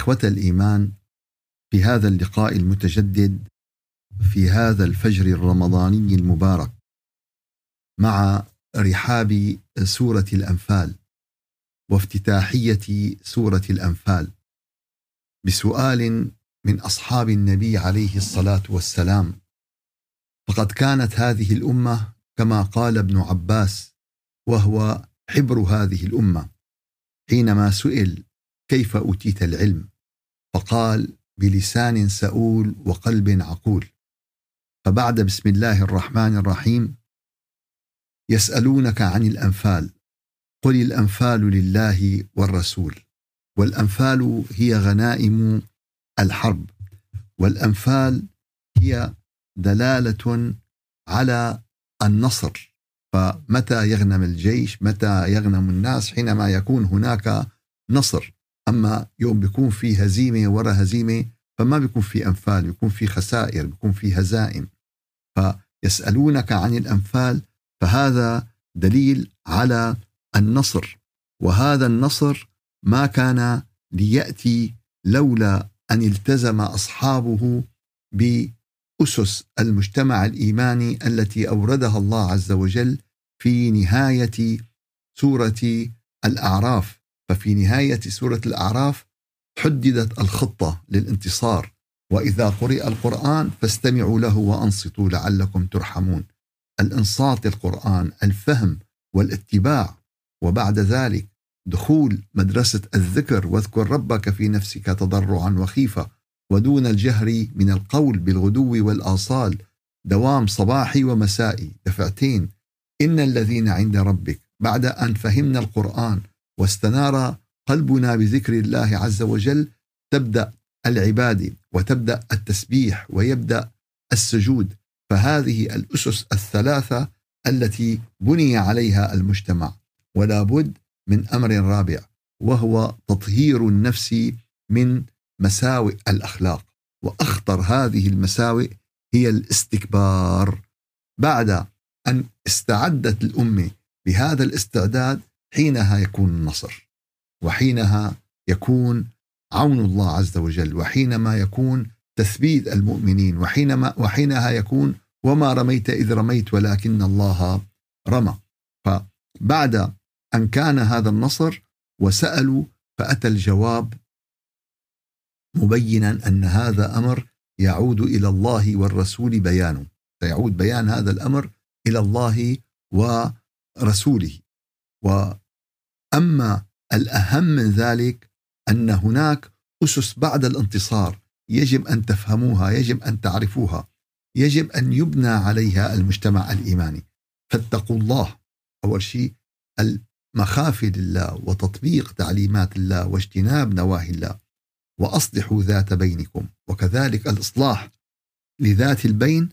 إخوة الإيمان، في هذا اللقاء المتجدد في هذا الفجر الرمضاني المبارك مع رحاب سورة الأنفال وافتتاحية سورة الأنفال بسؤال من أصحاب النبي عليه الصلاة والسلام، فقد كانت هذه الأمة كما قال ابن عباس وهو حبر هذه الأمة حينما سئل كيف أوتيت العلم؟ فقال بلسان سؤول وقلب عقول. فبعد بسم الله الرحمن الرحيم يسألونك عن الأنفال، قل الأنفال لله والرسول، والأنفال هي غنائم الحرب، والأنفال هي دلالة على النصر. فمتى يغنم الجيش، متى يغنم الناس؟ حينما يكون هناك نصر. أما يوم بيكون في هزيمة وراء هزيمة فما بيكون في أنفال، بيكون في خسائر، بيكون في هزائم. فيسألونك عن الأنفال، فهذا دليل على النصر، وهذا النصر ما كان ليأتي لولا أن التزم أصحابه بأسس المجتمع الإيماني التي أوردها الله عز وجل في نهاية سورة الأعراف. ففي نهاية سورة الأعراف حددت الخطة للانتصار: وإذا قرئ القرآن فاستمعوا له وأنصتوا لعلكم ترحمون. الإنصات للقرآن، الفهم والاتباع، وبعد ذلك دخول مدرسة الذكر: واذكر ربك في نفسك تضرعا وخيفة ودون الجهر من القول بالغدو والآصال، دوام صباحي ومسائي، دفعتين. إن الذين عند ربك، بعد أن فهمنا القرآن واستنار قلبنا بذكر الله عز وجل، تبدأ العبادة وتبدأ التسبيح ويبدأ السجود. فهذه الأسس الثلاثة التي بني عليها المجتمع. ولا بد من أمر رابع، وهو تطهير النفس من مساوئ الأخلاق، وأخطر هذه المساوئ هي الاستكبار. بعد أن استعدت الأمة بهذا الاستعداد، حينها يكون النصر، وحينها يكون عون الله عز وجل، وحينما يكون تثبيت المؤمنين، وحينها يكون وما رميت إذ رميت ولكن الله رمى. فبعد أن كان هذا النصر وسألوا، فأتى الجواب مبينا أن هذا أمر يعود إلى الله والرسول بيانه، سيعود بيان هذا الأمر إلى الله ورسوله. وأما الأهم من ذلك أن هناك أسس بعد الانتصار يجب أن تفهموها، يجب أن تعرفوها، يجب أن يبنى عليها المجتمع الإيماني. فاتقوا الله، أول شيء المخافة لله وتطبيق تعليمات الله واجتناب نواهي الله، وأصلحوا ذات بينكم، وكذلك الإصلاح لذات البين،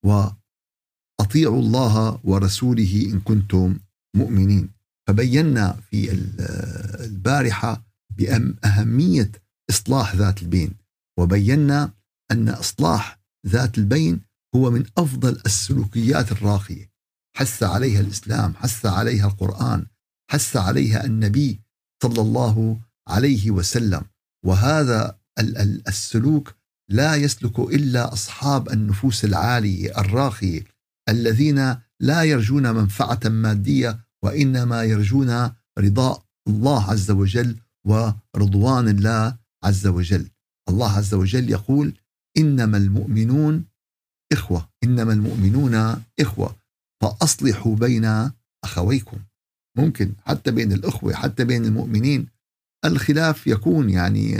وأطيعوا الله ورسوله إن كنتم مؤمنين. فبينا في البارحة بأهمية إصلاح ذات البين، وبينا أن إصلاح ذات البين هو من أفضل السلوكيات الراقية، حث عليها الإسلام، حث عليها القرآن، حث عليها النبي صلى الله عليه وسلم. وهذا السلوك لا يسلك إلا أصحاب النفوس العالية الراقية، الذين لا يرجون منفعة مادية، وإنما يرجون رضاء الله عز وجل ورضوان الله عز وجل. الله عز وجل يقول: إنما المؤمنون إخوة، إنما المؤمنون إخوة فأصلحوا بين أخويكم. ممكن حتى بين الأخوة، حتى بين المؤمنين الخلاف يكون، يعني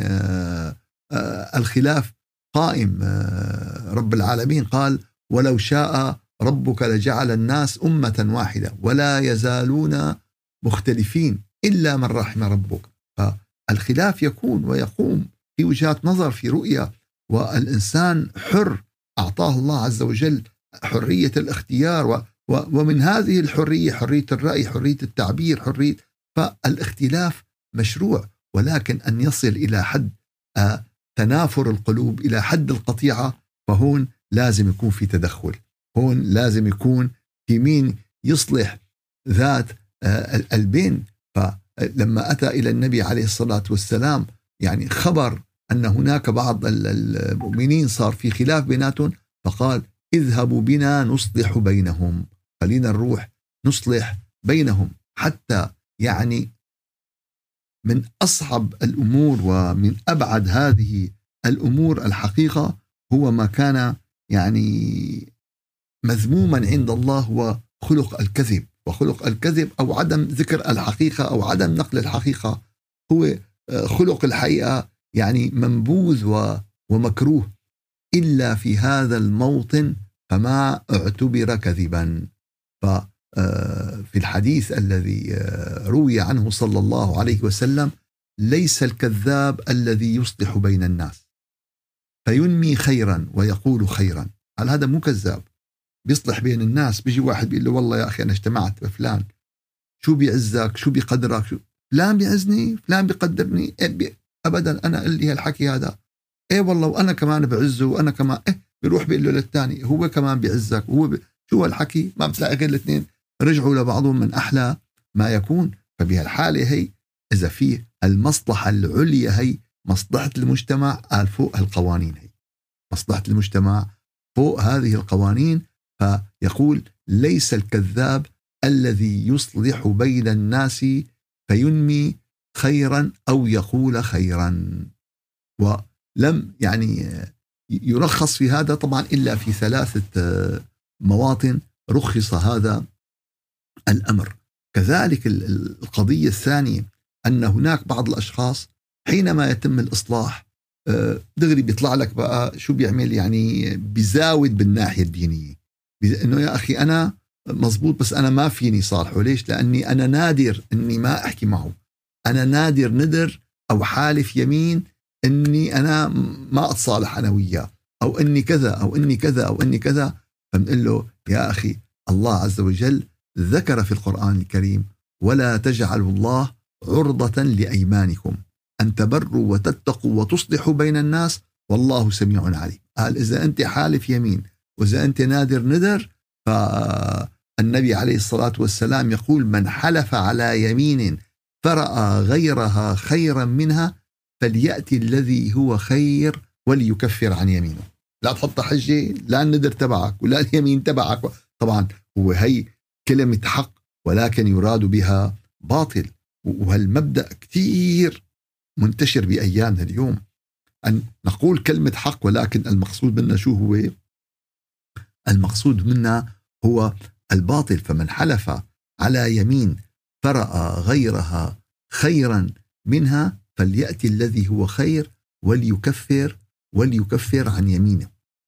الخلاف قائم. رب العالمين قال: ولو شاء ربك لجعل الناس أمة واحدة ولا يزالون مختلفين إلا من رحم ربك. فالخلاف يكون ويقوم في وجهات نظر، في رؤية، والإنسان حر، أعطاه الله عز وجل حرية الاختيار، ومن هذه الحرية حرية الرأي، حرية التعبير، حرية. فالاختلاف مشروع، ولكن أن يصل إلى حد تنافر القلوب، إلى حد القطيعة، فهون لازم يكون في تدخل، هون لازم يكون في مين يصلح ذات البين. فلما أتى إلى النبي عليه الصلاة والسلام يعني خبر أن هناك بعض المؤمنين صار في خلاف بيناتهم، فقال اذهبوا بنا نصلح بينهم، خلينا نروح نصلح بينهم. حتى يعني من أصعب الأمور ومن أبعد هذه الأمور الحقيقة هو ما كان يعني مذموما عند الله، هو خلق الكذب. وخلق الكذب أو عدم ذكر الحقيقة أو عدم نقل الحقيقة هو خلق الحقيقة يعني منبوذ ومكروه، إلا في هذا الموطن فما اعتبر كذبا. ففي الحديث الذي روي عنه صلى الله عليه وسلم: ليس الكذاب الذي يصلح بين الناس فينمي خيرا ويقول خيرا. هل هذا مو كذاب؟ بيصلح بين الناس، بيجي واحد بيقول له والله يا أخي أنا اجتمعت بفلان، شو بيعزك، شو بيقدرك، فلان بيعزني، فلان بيقدرني، أبدا أنا قل لي هالحكي هذا، إيه والله وأنا كمان بعزه، وأنا كمان بيروح بيقول له للثاني هو كمان بيعزك، شو هالحكي؟ ما بتلاقي غير الاثنين رجعوا لبعضهم من أحلى ما يكون. فبهالحالة هي إذا فيه المصلحة العليا هي مصلحة المجتمع، قال فوق القوانين، هي مصلحة المجتمع فوق هذه القوانين. فيقول ليس الكذاب الذي يصلح بين الناس فينمي خيرا أو يقول خيرا. ولم يعني يرخص في هذا طبعا إلا في 3 مواطن رخص هذا الأمر. كذلك القضية الثانية أن هناك بعض الأشخاص حينما يتم الإصلاح دغري بيطلع لك بقى شو بيعمل، يعني بيزاود بالناحية الدينية، إنه يا أخي أنا مزبوط بس أنا ما فيني صالحه. ليش؟ لأني أنا نادر أني ما أحكي معه، أنا نادر ندر أو حالف يمين أني أنا ما أتصالح أنا وياه، أو أني كذا أو أني كذا أو أني كذا. فنقول له يا أخي الله عز وجل ذكر في القرآن الكريم: ولا تجعلوا الله عرضة لأيمانكم أن تبروا وتتقوا وتصلحوا بين الناس والله سميع عليم. قال إذا أنت حالف يمين وإذا أنت نادر ندر، فالنبي عليه الصلاة والسلام يقول: من حلف على يمين فرأى غيرها خيرا منها فليأتي الذي هو خير وليكفر عن يمينه. لا تحط حجة لا الندر تبعك ولا اليمين تبعك. طبعا هو هي كلمة حق ولكن يراد بها باطل، وهالمبدأ كتير منتشر بأيامنا اليوم، أن نقول كلمة حق ولكن المقصود منا شو هو؟ المقصود منا هو الباطل. فمن حلف على يمين فرأى غيرها خيرا منها فليأتي الذي هو خير وليكفر عن يمينه.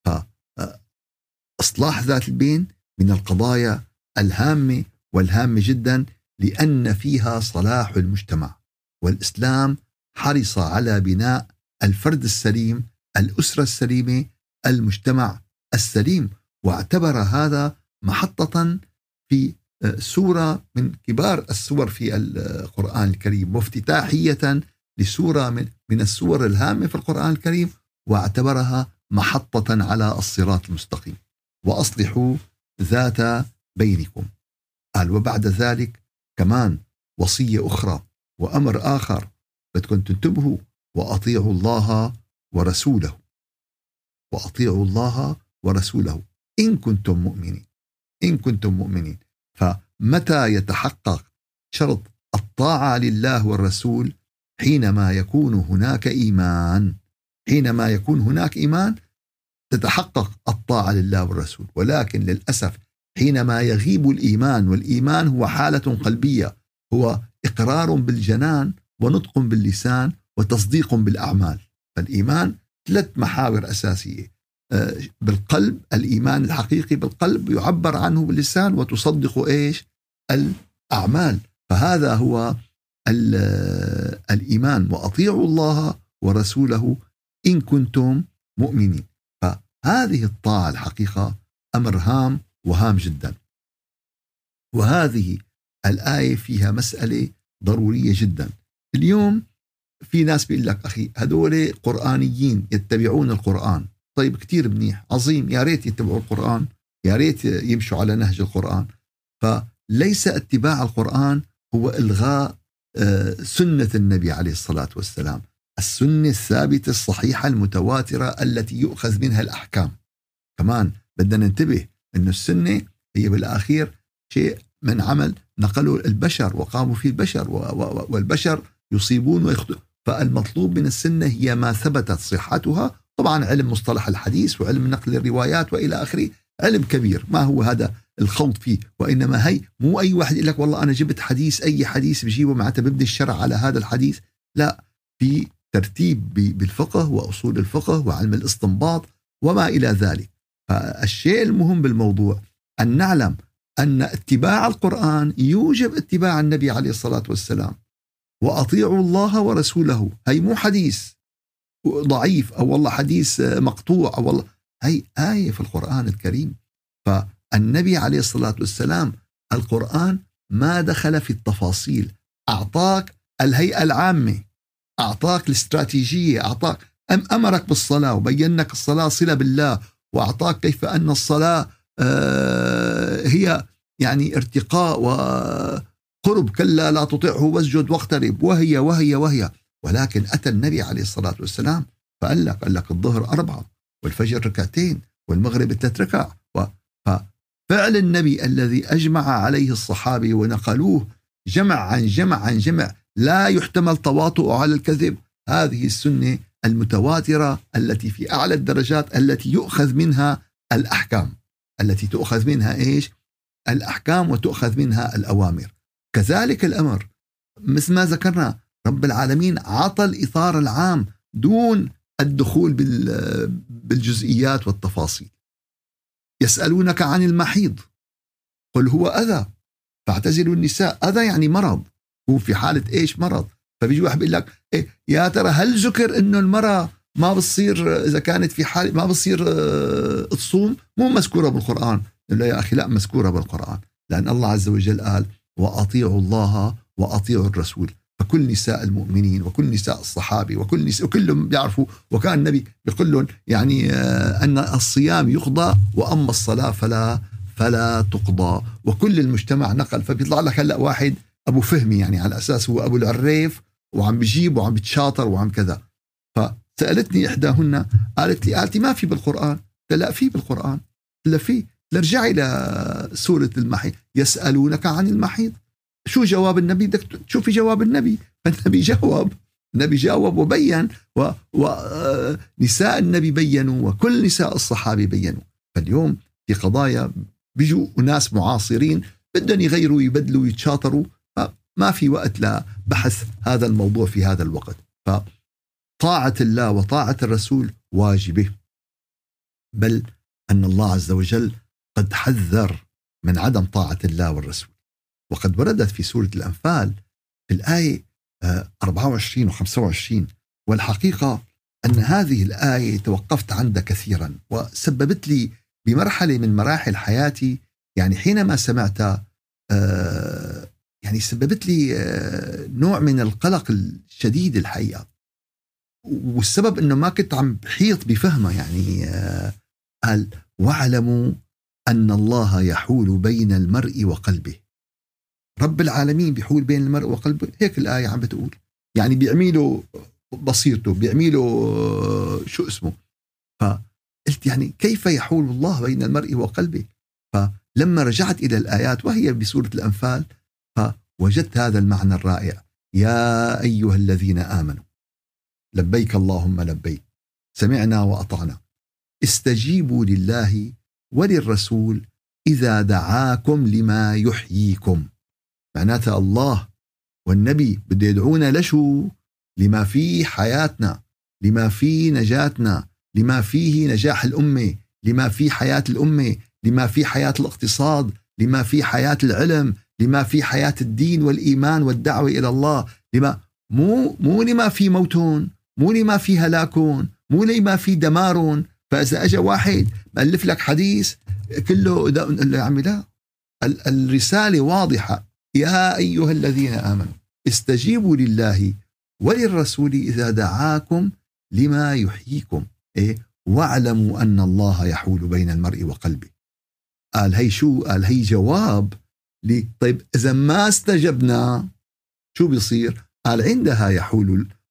فإصلاح ذات البين من القضايا الهامة والهامة جدا، لأن فيها صلاح المجتمع، والإسلام حرص على بناء الفرد السليم، الأسرة السليمة، المجتمع السليم، واعتبر هذا محطة في سورة من كبار السور في القرآن الكريم، وافتتاحية لسورة من السور الهامة في القرآن الكريم، واعتبرها محطة على الصراط المستقيم. وأصلحوا ذات بينكم. قال وبعد ذلك كمان وصية أخرى وأمر آخر بدكم تنتبهوا: وأطيعوا الله ورسوله، وأطيعوا الله ورسوله إن كنتم مؤمنين، إن كنتم مؤمنين. فمتى يتحقق شرط الطاعة لله والرسول؟ حينما يكون هناك إيمان. حينما يكون هناك إيمان تتحقق الطاعة لله والرسول. ولكن للأسف حينما يغيب الإيمان، والإيمان هو حالة قلبية، هو إقرار بالجنان ونطق باللسان وتصديق بالأعمال. فالإيمان 3 محاور أساسية: بالقلب، الإيمان الحقيقي بالقلب يعبر عنه باللسان وتصدق إيش؟ الأعمال. فهذا هو الإيمان: وأطيعوا الله ورسوله إن كنتم مؤمنين. فهذه الطاعة الحقيقة أمر هام وهام جدا. وهذه الآية فيها مسألة ضرورية جدا. اليوم في ناس بيقول لك أخي هذول قرآنيين يتبعون القرآن. طيب كتير منيح، عظيم، يا ريت يتبعوا القرآن، يا ريت يمشوا على نهج القرآن. فليس اتباع القرآن هو إلغاء سنة النبي عليه الصلاة والسلام، السنة الثابتة الصحيحة المتواترة التي يؤخذ منها الأحكام. كمان بدنا ننتبه أن السنة هي بالأخير شيء من عمل نقله البشر وقاموا فيه البشر، والبشر يصيبون ويخطئون. فالمطلوب من السنة هي ما ثبتت صحتها. طبعا علم مصطلح الحديث وعلم نقل الروايات وإلى آخره علم كبير، ما هو هذا الخوض فيه، وإنما هي مو أي واحد يقول لك والله أنا جبت حديث، أي حديث بجيبه معناته ببني الشرع على هذا الحديث. لا، في ترتيب بالفقه وأصول الفقه وعلم الاستنباط وما إلى ذلك. فالشيء المهم بالموضوع أن نعلم أن اتباع القرآن يوجب اتباع النبي عليه الصلاة والسلام. وأطيعوا الله ورسوله، هي مو حديث ضعيف أو والله حديث مقطوع أو والله، هي آية في القرآن الكريم. فالنبي عليه الصلاة والسلام القرآن ما دخل في التفاصيل، أعطاك الهيئة العامة، أعطاك الاستراتيجية، أعطاك أمرك بالصلاة وبينك الصلاة صلة بالله، وأعطاك كيف أن الصلاة هي يعني ارتقاء وقرب، كلا لا تطعه واسجد واقترب، وهي. ولكن أتى النبي عليه الصلاة والسلام فقال لك الظهر 4 والفجر 2 والمغرب 3 ركع. ففعل النبي الذي أجمع عليه الصحابة ونقلوه جمع عن جمع لا يحتمل تواطؤ على الكذب، هذه السنة المتواترة التي في أعلى الدرجات، التي يؤخذ منها الأحكام، التي تؤخذ منها إيش؟ الأحكام، وتؤخذ منها الأوامر. كذلك الأمر مثل ما ذكرنا، رب العالمين عطى الإطار العام دون الدخول بالجزئيات والتفاصيل. يسألونك عن المحيض قل هو أذى فاعتزلوا النساء. أذى يعني مرض، هو في حالة إيش؟ مرض. فبيجي واحد بيقول لك إيه يا ترى هل ذكر إنه المرأة ما بتصير إذا كانت في حالة ما بتصير تصوم؟ مو مذكورة بالقرآن. لا يا أخي، لا مذكورة بالقرآن، لأن الله عز وجل قال وأطيعوا الله وأطيعوا الرسول. فكل نساء المؤمنين وكل نساء الصحابة وكل نساء وكلهم بيعرفوا، وكان النبي بيقول لهم يعني أن الصيام يقضى وأما الصلاة فلا تقضى، وكل المجتمع نقل. فبيطلع لك هلأ واحد أبو فهمي، يعني على أساس هو أبو العريف وعم بيجيب وعم بيتشاطر وعم كذا. فسألتني إحداهن قالت لي ما في بالقرآن. لا، في بالقرآن، لا في. لرجعي إلى سورة المحيض، يسألونك عن المحيض. شو جواب النبي؟ بدك تشوفي جواب النبي. النبي جاوب وبين، ونساء النبي بينوا، وكل نساء الصحابة بينوا. فاليوم في قضايا بيجوا ناس معاصرين بدهم يغيروا يبدلوا ويتشاطروا، ما في وقت لبحث هذا الموضوع في هذا الوقت. فطاعة الله وطاعة الرسول واجبة، بل أن الله عز وجل قد حذر من عدم طاعة الله والرسول. وقد وردت في سورة الأنفال في الآية 24 و25. والحقيقة أن هذه الآية توقفت عندها كثيرا، وسببت لي بمرحلة من مراحل حياتي، يعني حينما سمعتها يعني سببت لي نوع من القلق الشديد الحقيقة. والسبب أنه ما كنت عم بحيط بفهمه. يعني قال واعلموا أن الله يحول بين المرء وقلبه. رب العالمين بيحول بين المرء وقلبه، هيك الآية عم بتقول. يعني بيعمله بصيرته، بيعمله شو اسمه. فقلت يعني كيف يحول الله بين المرء وقلبه؟ فلما رجعت إلى الآيات وهي بسورة الأنفال فوجدت هذا المعنى الرائع: يا أيها الذين آمنوا لبيك اللهم لبيك سمعنا وأطعنا استجيبوا لله وللرسول إذا دعاكم لما يحييكم. معناتها الله والنبي بده يدعونا لشو؟ لما فيه حياتنا، لما فيه نجاتنا، لما فيه نجاح الأمة، لما فيه حياة الأمة، لما فيه حياة الاقتصاد، لما فيه حياة العلم، لما فيه حياة الدين والإيمان والدعوة إلى الله. لما مو لما فيه موتون، مو لما فيه هلاكون، مو لما فيه دمارون. فإذا أجا واحد مألف لك حديث كله يا عمي لا، الرسالة واضحة: يا أيها الذين آمنوا استجيبوا لله وللرسول إذا دعاكم لما يحييكم واعلموا أن الله يحول بين المرء وقلبه. قال هي شو؟ قال هي جواب طيب إذا ما استجبنا شو بيصير؟ قال عندها يحول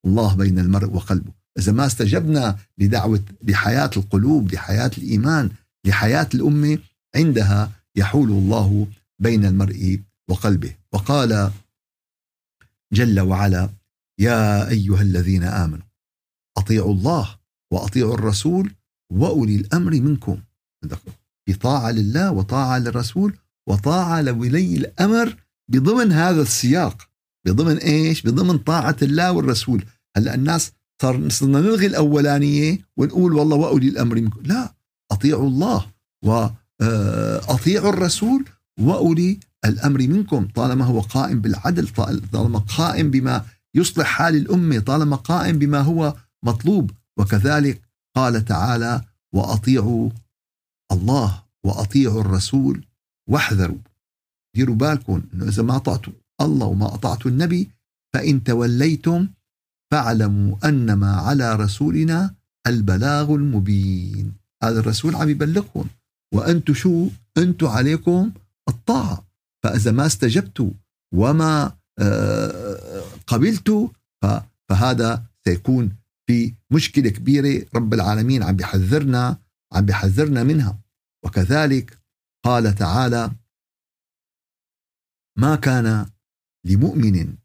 الله بين المرء وقلبه. إذا ما استجبنا لحياة القلوب، لحياة الإيمان، لحياة الأمة، عندها يحول الله بين المرء وقلبه. وقال جل وعلا: يا أيها الذين آمنوا أطيعوا الله وأطيعوا الرسول وأولي الأمر منكم. في طاعة لله وطاعة للرسول وطاعة لولي الأمر بضمن هذا السياق. بضمن إيش؟ بضمن طاعة الله والرسول. هلأ الناس صرنا نلغي الأولانية ونقول والله وأولي الأمر منكم. لا، أطيعوا الله وأطيعوا الرسول وأولي الأمر منكم، طالما هو قائم بالعدل، طالما قائم بما يصلح حال الأمة، طالما قائم بما هو مطلوب. وكذلك قال تعالى: وأطيعوا الله وأطيعوا الرسول واحذروا. ديروا بالكم إنه إذا ما أطعتوا الله وما أطعتوا النبي فإن توليتم فاعلموا أنما على رسولنا البلاغ المبين. هذا الرسول عم يبلغكم، وأنتم شو؟ أنتم عليكم الطاعة. فإذا ما استجبتوا وما قبلتوا فهذا سيكون في مشكلة كبيرة رب العالمين عم بيحذرنا منها. وكذلك قال تعالى: ما كان لمؤمن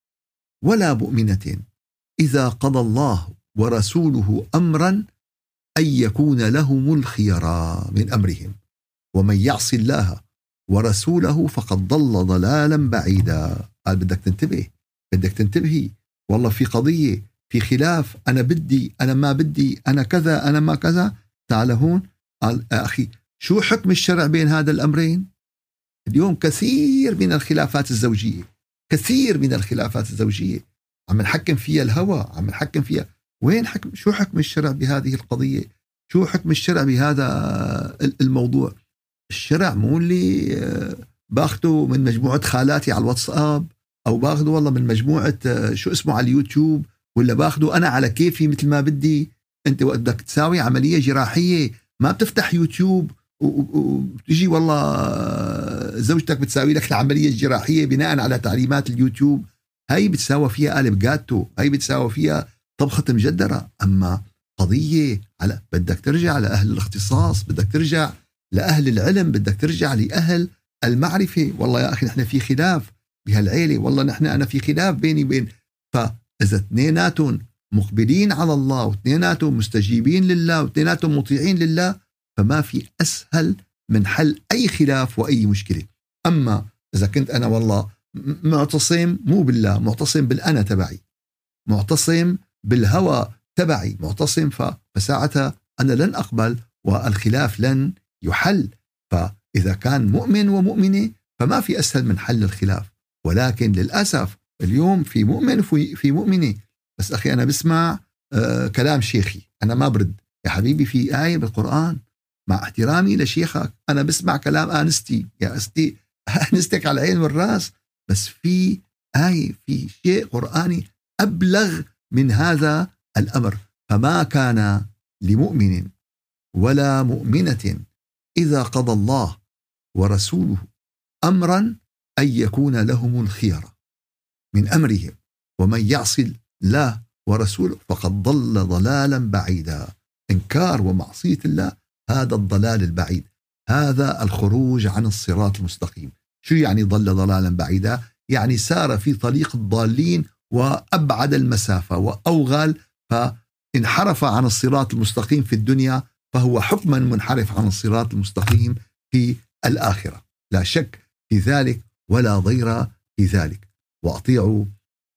ولا مؤمنة إذا قضى الله ورسوله أمرا أن يكون لهم الخيرى من أمرهم ومن يعص الله ورسوله فقد ضل ضلالا بعيدا. قال بدك تنتبه، بدك تنتبهي، والله في قضية، في خلاف، أنا بدي، أنا ما بدي، أنا كذا، أنا ما كذا. تعال هون. قال أخي شو حكم الشرع بين هذا الأمرين؟ اليوم كثير من الخلافات الزوجية، كثير من الخلافات الزوجية عم نحكم فيها الهوى، عم نحكم فيها. وين حكم؟ شو حكم الشرع بهذه القضية؟ شو حكم الشرع بهذا الموضوع؟ الشرع مو اللي باخده من مجموعة خالاتي على الواتساب، أو باخده والله من مجموعة شو اسمه على اليوتيوب، ولا باخده أنا على كيفي مثل ما بدي. أنت وقت بدك تساوي عملية جراحية ما بتفتح يوتيوب وتجي والله زوجتك بتساوي لك العملية الجراحية بناء على تعليمات اليوتيوب. هاي بتساوي فيها قالب جاتو، هاي بتساوي فيها طبخة مجدرة. أما قضية على بدك ترجع لأهل الاختصاص، بدك ترجع لأهل العلم، بدك ترجع لأهل المعرفة. والله يا أخي نحن في خلاف بهالعيلة، والله أنا في خلاف بيني وبين. فإذا اثنيناتهم مقبلين على الله واثنيناتهم مستجيبين لله واثنيناتهم مطيعين لله فما في أسهل من حل أي خلاف وأي مشكلة. أما إذا كنت أنا والله معتصم مو بالله، معتصم بالأنا تبعي، معتصم بالهوى تبعي، معتصم، فساعتها أنا لن أقبل والخلاف لن يحل. فإذا كان مؤمن ومؤمنة فما في أسهل من حل الخلاف. ولكن للأسف اليوم في مؤمن في مؤمنة. بس أخي أنا بسمع كلام شيخي، أنا ما برد يا حبيبي. في آية بالقرآن، مع احترامي لشيخك، أنا بسمع كلام آنستي، يا أستي آنستك على العين والرأس، بس في آية، في شيء قرآني أبلغ من هذا الأمر. فما كان لمؤمن ولا مؤمنة إذا قضى الله ورسوله أمرا أن يكون لهم الخيرة من أمرهم ومن يعص الله ورسوله فقد ضل ضلالا بعيدا. إنكار ومعصية الله هذا الضلال البعيد، هذا الخروج عن الصراط المستقيم. شو يعني ضل ضلالا بعيدا؟ يعني سار في طريق الضالين وأبعد المسافة وأوغل، فانحرف عن الصراط المستقيم في الدنيا فهو حكما منحرف عن الصراط المستقيم في الآخرة. لا شك في ذلك ولا ضير في ذلك. وأطيعوا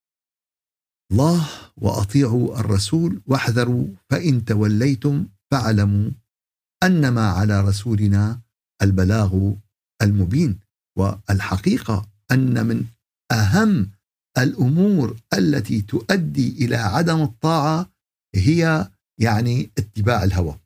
الله وأطيعوا الرسول واحذروا فإن توليتم فاعلموا أنما على رسولنا البلاغ المبين. والحقيقة أن من أهم الأمور التي تؤدي إلى عدم الطاعة هي يعني اتباع الهوى.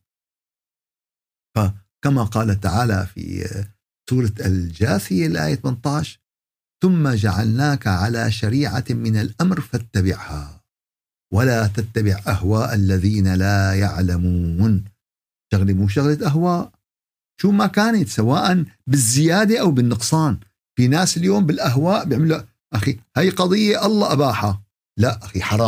فكما قال تعالى في سورة الجاثية الآية 18: ثم جعلناك على شريعة من الأمر فاتبعها ولا تتبع أهواء الذين لا يعلمون. شغلة مو شغلة أهواء شو ما كانت، سواء بالزيادة أو بالنقصان. في ناس اليوم بالأهواء بيعملوا أخي هاي قضية الله أباحها، لا أخي حرام،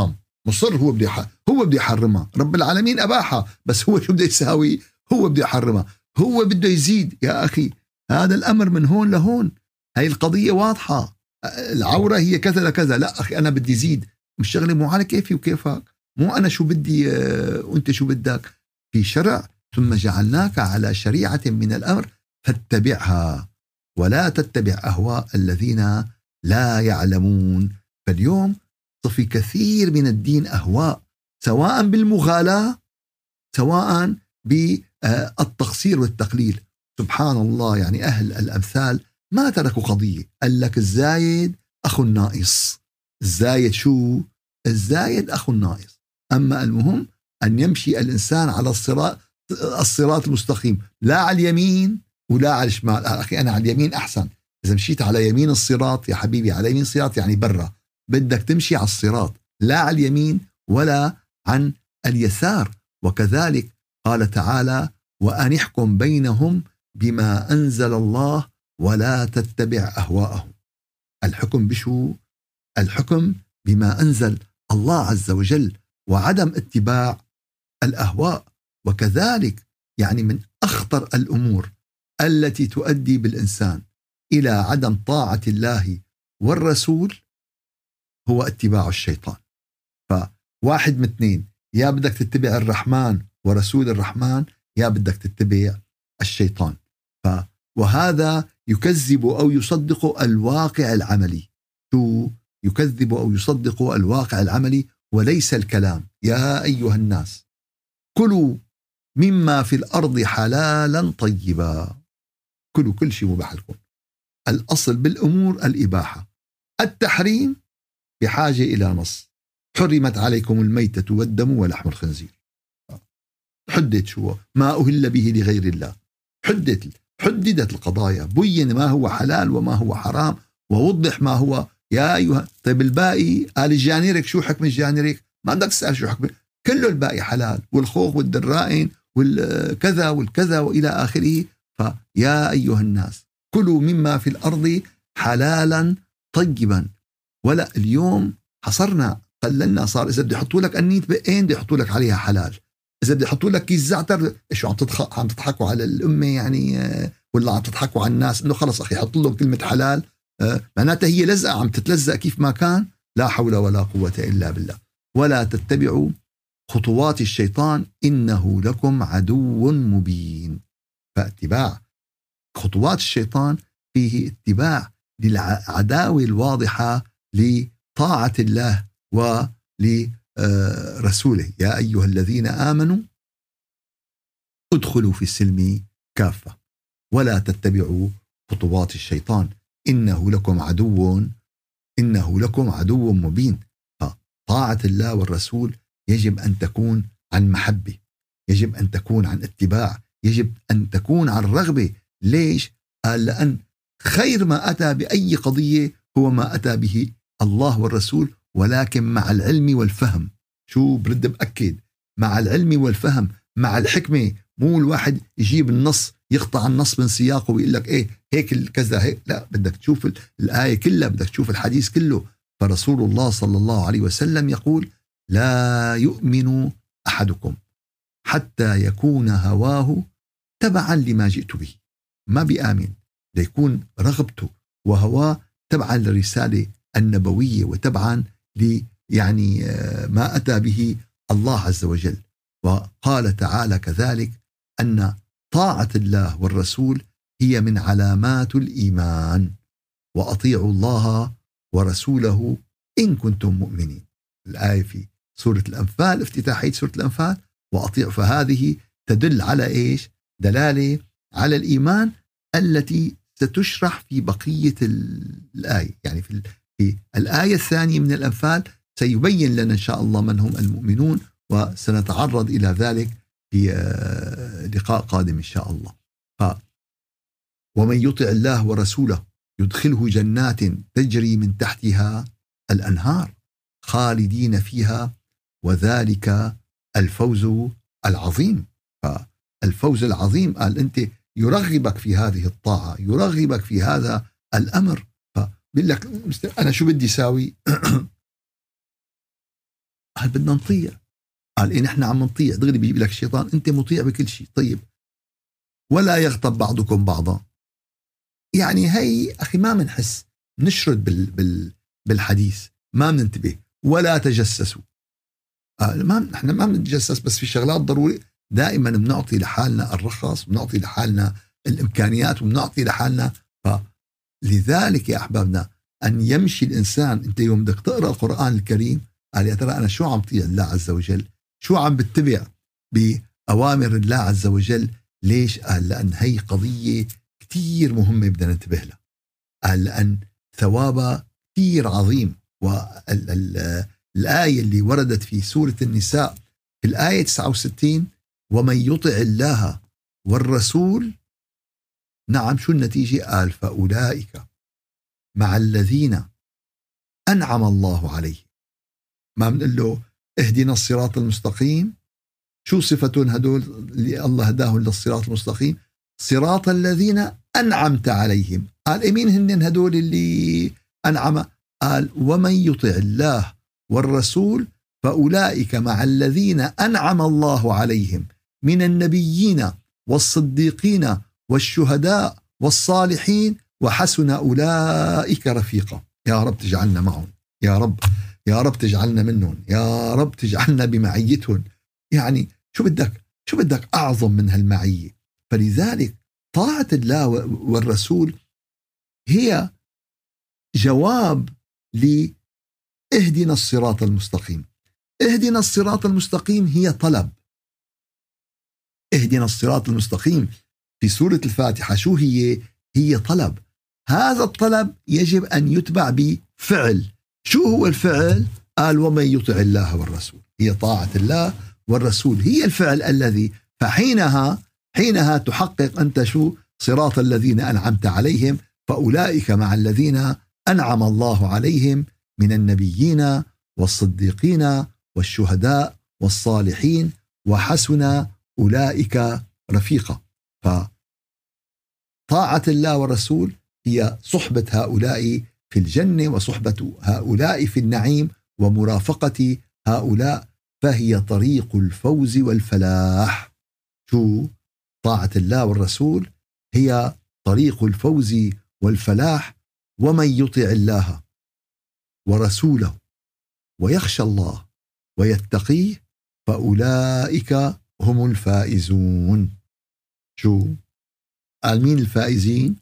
مصر هو بده يحرمها. رب العالمين أباحها، بس هو شو بده يساوي؟ هو بده يحرمها، هو بده يزيد. يا أخي هذا الأمر من هون لهون، هاي القضية واضحة. العورة هي كذا لكذا، لا أخي أنا بدي زيد. مش شغلة مو على كيفي وكيفك، مو أنا شو بدي وأنت شو بدك. في شرع، ثم جعلناك على شريعة من الأمر فاتبعها ولا تتبع أهواء الذين لا يعلمون. فاليوم في كثير من الدين أهواء، سواء بالمغالاة سواء بالتقصير والتقليل. سبحان الله، يعني أهل الأمثال ما تركوا قضية. قال لك الزايد أخو الناقص. الزايد شو؟ الزايد أخو الناقص. أما المهم أن يمشي الإنسان على الصراط المستقيم، لا على اليمين ولا على الشمال. أخي أنا على اليمين أحسن. إذا مشيت على يمين الصراط يا حبيبي، على يمين الصراط يعني برا، بدك تمشي على الصراط، لا على اليمين ولا عن اليسار. وكذلك قال تعالى: وأن احكم بينهم بما أنزل الله ولا تتبع أهواءهم. الحكم بشو؟ الحكم بما أنزل الله عز وجل، وعدم اتباع الأهواء. وكذلك يعني من أخطر الأمور التي تؤدي بالإنسان إلى عدم طاعة الله والرسول هو اتباع الشيطان. فواحد من اثنين: يا بدك تتبع الرحمن ورسول الرحمن، يا بدك تتبع الشيطان. وهذا يكذب أو يصدق الواقع العملي. شو يكذب أو يصدق الواقع العملي وليس الكلام. يا أيها الناس كلوا مما في الأرض حلالا طيبا. كلوا كل شيء مباح لكم. الأصل بالأمور الإباحة. التحريم بحاجة إلى نص: حرمت عليكم الميتة والدم ولحم الخنزير. حدد شو ما أهل به لغير الله. حددت القضايا، بين ما هو حلال وما هو حرام، ووضح ما هو. يا أيها، طيب الباقي قال الجانيرك، شو حكم الجانيرك؟ ما بدك تسأل شو حكم، كله الباقي حلال، والخوخ والدرائن والكذا والكذا وإلى آخره. فيا أيها الناس كلوا مما في الأرض حلالا طيبا. ولا اليوم حصرنا قللنا، صار إذا بدي يحطوا لك أنيت بقين بدي يحطوا لك عليها حلال. إذا بدي يحطوا لك كيس زعتر، شو عم تضحكوا على الأمة يعني؟ ولا عم تضحكوا على الناس إنه خلص أخي حط لهم كلمة حلال؟ معناتها هي لزقة عم تتلزق كيف ما كان. لا حول ولا قوة إلا بالله. ولا تتبعوا خطوات الشيطان إنه لكم عدو مبين. فاتباع خطوات الشيطان فيه اتباع للعداوة الواضحة لطاعة الله ولرسوله. يا أيها الذين آمنوا ادخلوا في السلم كافة ولا تتبعوا خطوات الشيطان إنه لكم عدو مبين. طاعة الله والرسول يجب أن تكون عن محبة، يجب أن تكون عن اتباع، يجب أن تكون عن رغبة. ليش؟ قال لأن خير ما أتى بأي قضية هو ما أتى به الله والرسول، ولكن مع العلم والفهم. شو برد بأكد؟ مع العلم والفهم، مع الحكمة. مو الواحد يجيب النص يقطع النص من سياقه ويقول لك إيه هيك كذا هيك. لا، بدك تشوف الآية كلها، بدك تشوف الحديث كله. فرسول الله صلى الله عليه وسلم يقول: لا يؤمن أحدكم حتى يكون هواه تبعا لما جئت به. ما بيآمن، ليكون رغبته وهواه تبعا للرسالة النبوية وتبعا يعني ما أتى به الله عز وجل. وقال تعالى كذلك أن طاعة الله والرسول هي من علامات الإيمان، وأطيعوا الله ورسوله إن كنتم مؤمنين. الآية في سورة الأنفال، افتتاحية سورة الأنفال: وأطيع. فهذه تدل على إيش؟ دلالة على الإيمان التي ستشرح في بقية الآية. يعني في الآية الثانية من الأنفال سيبين لنا إن شاء الله من هم المؤمنون، وسنتعرض إلى ذلك في لقاء قادم إن شاء الله. ومن يطع الله ورسوله يدخله جنات تجري من تحتها الأنهار خالدين فيها وذلك الفوز العظيم. فالفوز العظيم قال أنت يرغبك في هذه الطاعة، يرغبك في هذا الأمر. فبقول لك أنا شو بدي ساوي؟ قال بدنا نطيع. قال إيه نحن عم نطيع؟ دغري بيجيب لك الشيطان أنت مطيع بكل شيء. طيب ولا يغتب بعضكم بعضا، يعني هي أخي ما منحس، نشرد بالحديث، ما مننتبه. ولا تجسسوا، نحن ما بنتجسس، بس في شغلات ضروري دائما بنعطي لحالنا الرخص، بنعطي لحالنا الإمكانيات، وبنعطي لحالنا. فلذلك يا أحبابنا أن يمشي الإنسان، أنت يوم بدك تقرأ القرآن الكريم قال يا ترى أنا شو عم طيع الله عز وجل، شو عم بتبع بأوامر الله عز وجل. ليش؟ قال لأن هي قضية كتير مهمة بدنا ننتبه لها. قال لأن ثوابها كتير عظيم. والآية اللي وردت في سورة النساء في الآية 69 ومن يطع الله والرسول، نعم شو النتيجة؟ قال فأولئك مع الذين أنعم الله عليهم. ما بنقول له اهدنا الصراط المستقيم، شو صفتهم هدول اللي الله هداهم للصراط المستقيم؟ صراط الذين أنعمت عليهم. قال مين هن هدول اللي أنعم؟ قال ومن يطع الله والرسول فأولئك مع الذين أنعم الله عليهم من النبيين والصديقين والشهداء والصالحين وحسن أولئك رفيقا. يا رب تجعلنا معهم، يا رب، يا رب تجعلنا منهم، يا رب تجعلنا بمعيتهم. يعني شو بدك أعظم من هالمعية؟ فلذلك طاعة الله والرسول هي جواب لإهدنا الصراط المستقيم. اهدنا الصراط المستقيم هي طلب. اهدنا الصراط المستقيم في سورة الفاتحة شو هي؟ هي طلب. هذا الطلب يجب أن يتبع بفعل. شو هو الفعل؟ قال ومن يطع الله والرسول. هي طاعة الله والرسول هي الفعل الذي، حينها تحقق أنت شو؟ صراط الذين أنعمت عليهم فأولئك مع الذين أنعم الله عليهم من النبيين والصديقين والشهداء والصالحين وحسن أولئك رفيقا. فطاعة الله والرسول هي صحبة هؤلاء في الجنة وصحبة هؤلاء في النعيم ومرافقة هؤلاء، فهي طريق الفوز والفلاح. شو؟ طاعة الله والرسول هي طريق الفوز والفلاح. ومن يطع الله ورسوله ويخشى الله ويتقيه فأولئك هم الفائزون. شو؟ قال مين الفائزين؟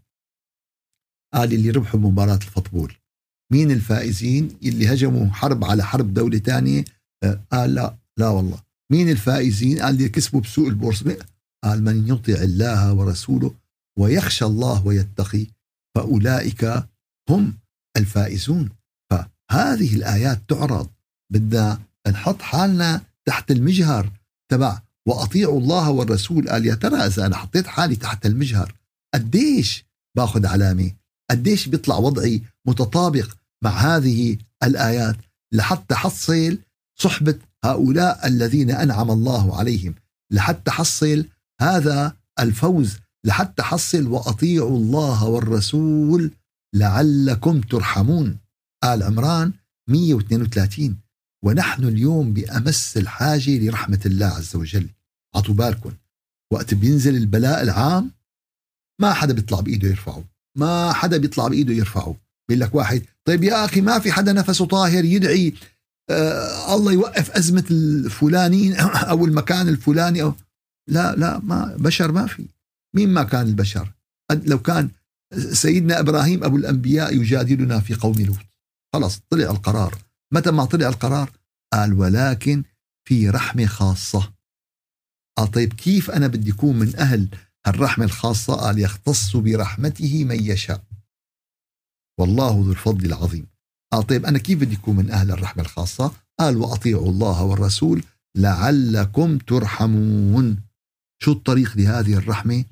قال اللي ربحوا مباراة الفوتبول. مين الفائزين؟ اللي هجموا حرب على حرب دولة تانية. قال لا والله. مين الفائزين؟ قال اللي كسبوا بسوق البورصة. قال من يطع الله ورسوله ويخشى الله ويتقي فأولئك هم الفائزون. فهذه الآيات تعرض، بدنا نحط حالنا تحت المجهر تبع وأطيعوا الله والرسول. قال يا ترى إذا أنا حطيت حالي تحت المجهر قديش باخذ علامة، قديش بيطلع وضعي متطابق مع هذه الآيات لحتى حصل صحبة هؤلاء الذين أنعم الله عليهم، لحتى حصل هذا الفوز، لحتى حصل وأطيعوا الله والرسول لعلكم ترحمون. آل عمران 132. ونحن اليوم بأمس الحاجة لرحمة الله عز وجل. عطوا بالكم وقت بينزل البلاء العام ما حدا بيطلع بإيده يرفعه، ما حدا بيطلع بإيده يرفعه. بيقول لك واحد طيب يا أخي ما في حدا نفسه طاهر يدعي الله يوقف أزمة الفلانين أو المكان الفلاني أو لا ما بشر، ما في. مين ما كان البشر؟ لو كان سيدنا إبراهيم أبو الأنبياء يجادلنا في قوم لوط، خلاص طلع القرار. متى ما طلع القرار قال ولكن في رحمة خاصة. طيب كيف أنا بدي يكون من أهل الرحمة الخاصة؟ قال يختص برحمته من يشاء والله ذو الفضل العظيم. طيب أنا كيف بدي يكون من أهل الرحمة الخاصة؟ قال وأطيعوا الله والرسول لعلكم ترحمون. شو الطريق لهذه الرحمة؟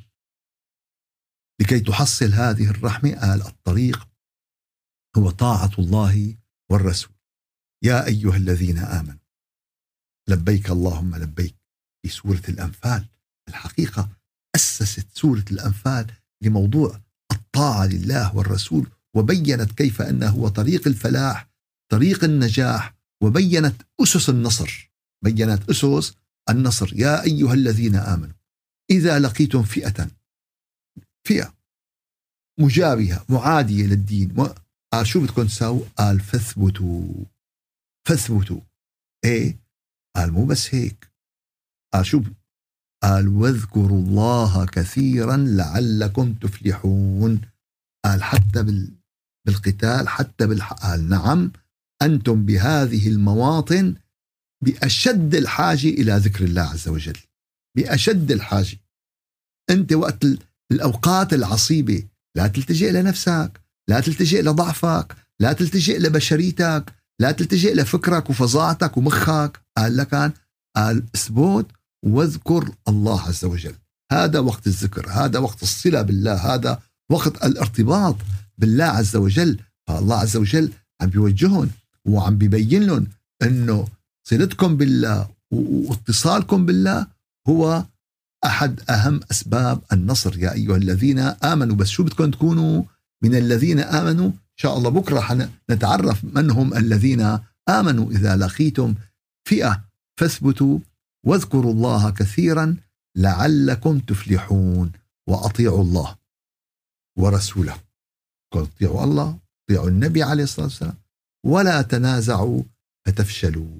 لكي تحصل هذه الرحمة قال الطريق هو طاعة الله والرسول. يا أيها الذين آمنوا لبيك اللهم لبيك. في سورة الأنفال الحقيقة أسست سورة الأنفال لموضوع الطاعة لله والرسول، وبينت كيف أنه هو طريق الفلاح، طريق النجاح، وبينت أسس النصر، بينت أسس النصر. يا أيها الذين آمنوا إذا لقيتم فئة مجابهة معادية للدين شو بدكم تساووا؟ قال فاثبتوا. ايه؟ قال مو بس هيك، قال شو؟ قال واذكروا الله كثيرا لعلكم تفلحون. قال حتى بالقتال، حتى قال نعم أنتم بهذه المواطن بأشد الحاجة إلى ذكر الله عز وجل، بأشد الحاجة. أنت وقت الأوقات العصيبة لا تلتجئ لنفسك، لا تلتجئ لضعفك، لا تلتجئ لبشريتك، لا تلتجئ لفكرك وفظاعتك ومخك. قال لك قال اثبت واذكر الله عز وجل. هذا وقت الذكر، هذا وقت الصلة بالله، هذا وقت الارتباط بالله عز وجل. فالله عز وجل عم بيوجههم وعم بيبين لهم انه صلتكم بالله واتصالكم بالله هو أحد أهم أسباب النصر. يا أيها الذين آمنوا، بس شو بدكم تكونوا؟ من الذين آمنوا. إن شاء الله بكرة نتعرف من هم الذين آمنوا. إذا لقيتم فئة فاثبتوا واذكروا الله كثيرا لعلكم تفلحون وأطيعوا الله ورسوله. اطيعوا الله، اطيعوا النبي عليه الصلاة والسلام، ولا تنازعوا فتفشلوا.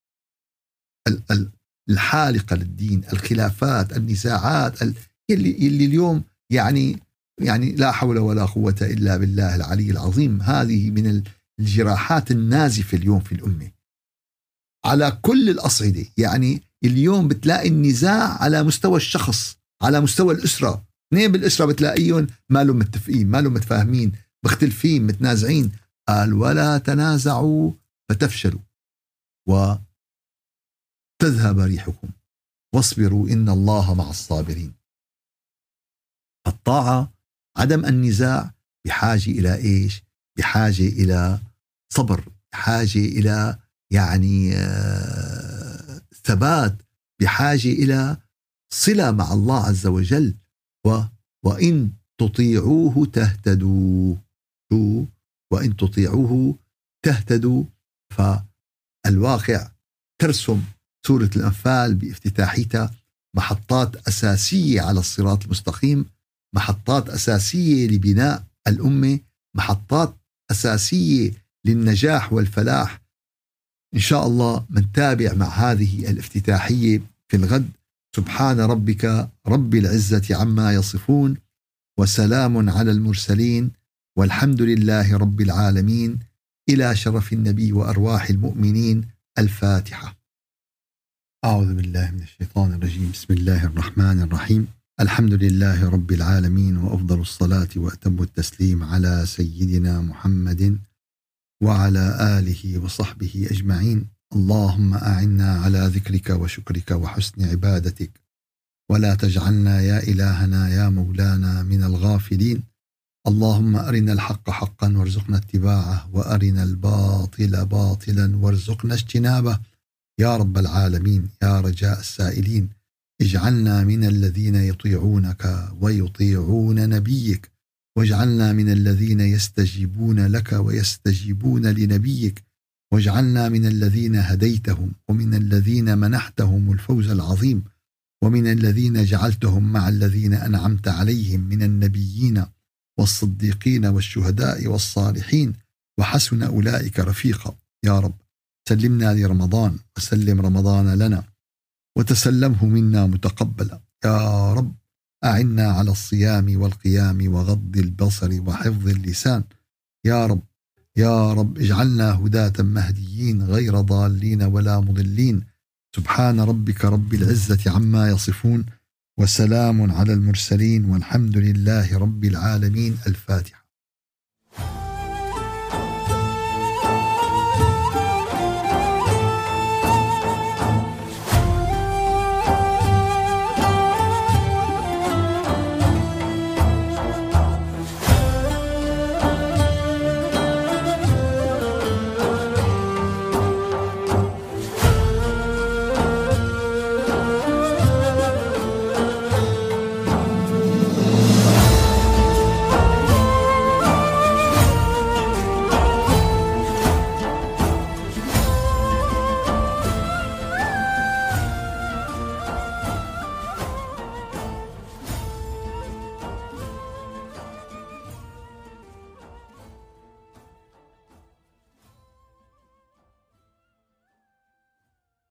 الحالقة للدين، الخلافات، النزاعات اللي اليوم يعني لا حول ولا قوة إلا بالله العلي العظيم. هذه من الجراحات النازفة اليوم في الأمة على كل الأصعدة. يعني اليوم بتلاقي النزاع على مستوى الشخص، على مستوى الأسرة. اثنين بالأسرة بتلاقيهم ما لهم متفقين، ما لهم متفاهمين، مختلفين، متنازعين. قال ولا تنازعوا فتفشلوا وتذهب ريحكم واصبروا إن الله مع الصابرين. الطاعة، عدم النزاع بحاجة إلى إيش؟ بحاجة إلى صبر، بحاجة إلى يعني ثبات، بحاجة إلى صلة مع الله عز وجل. وإن تطيعوه تهتدوا، وإن تطيعوه تهتدوا. فالواقع ترسم سورة الأنفال بافتتاحيتها محطات أساسية على الصراط المستقيم، محطات أساسية لبناء الأمة، محطات أساسية للنجاح والفلاح. إن شاء الله منتابع مع هذه الافتتاحية في الغد. سبحان ربك رب العزة عما يصفون، وسلام على المرسلين، والحمد لله رب العالمين. إلى شرف النبي وأرواح المؤمنين. الفاتحة. أعوذ بالله من الشيطان الرجيم. بسم الله الرحمن الرحيم. الحمد لله رب العالمين، وأفضل الصلاة وأتم التسليم على سيدنا محمد وعلى آله وصحبه أجمعين. اللهم أعنا على ذكرك وشكرك وحسن عبادتك، ولا تجعلنا يا إلهنا يا مولانا من الغافلين. اللهم أرنا الحق حقا وارزقنا اتباعه، وأرنا الباطل باطلا وارزقنا اجتنابه يا رب العالمين. يا رجاء السائلين، اجعلنا من الذين يطيعونك ويطيعون نبيك، واجعلنا من الذين يستجيبون لك ويستجيبون لنبيك، واجعلنا من الذين هديتهم ومن الذين منحتهم الفوز العظيم، ومن الذين جعلتهم مع الذين أنعمت عليهم من النبيين والصديقين والشهداء والصالحين، وحسن أولئك رفيقا. يا رب سلمنا لرمضان وسلم رمضان لنا، وتسلمه منا متقبلا. يا رب أعنا على الصيام والقيام وغض البصر وحفظ اللسان. يا رب يا رب اجعلنا هداة مهديين غير ضالين ولا مضلين. سبحان ربك رب العزة عما يصفون، وسلام على المرسلين، والحمد لله رب العالمين. الفاتحة.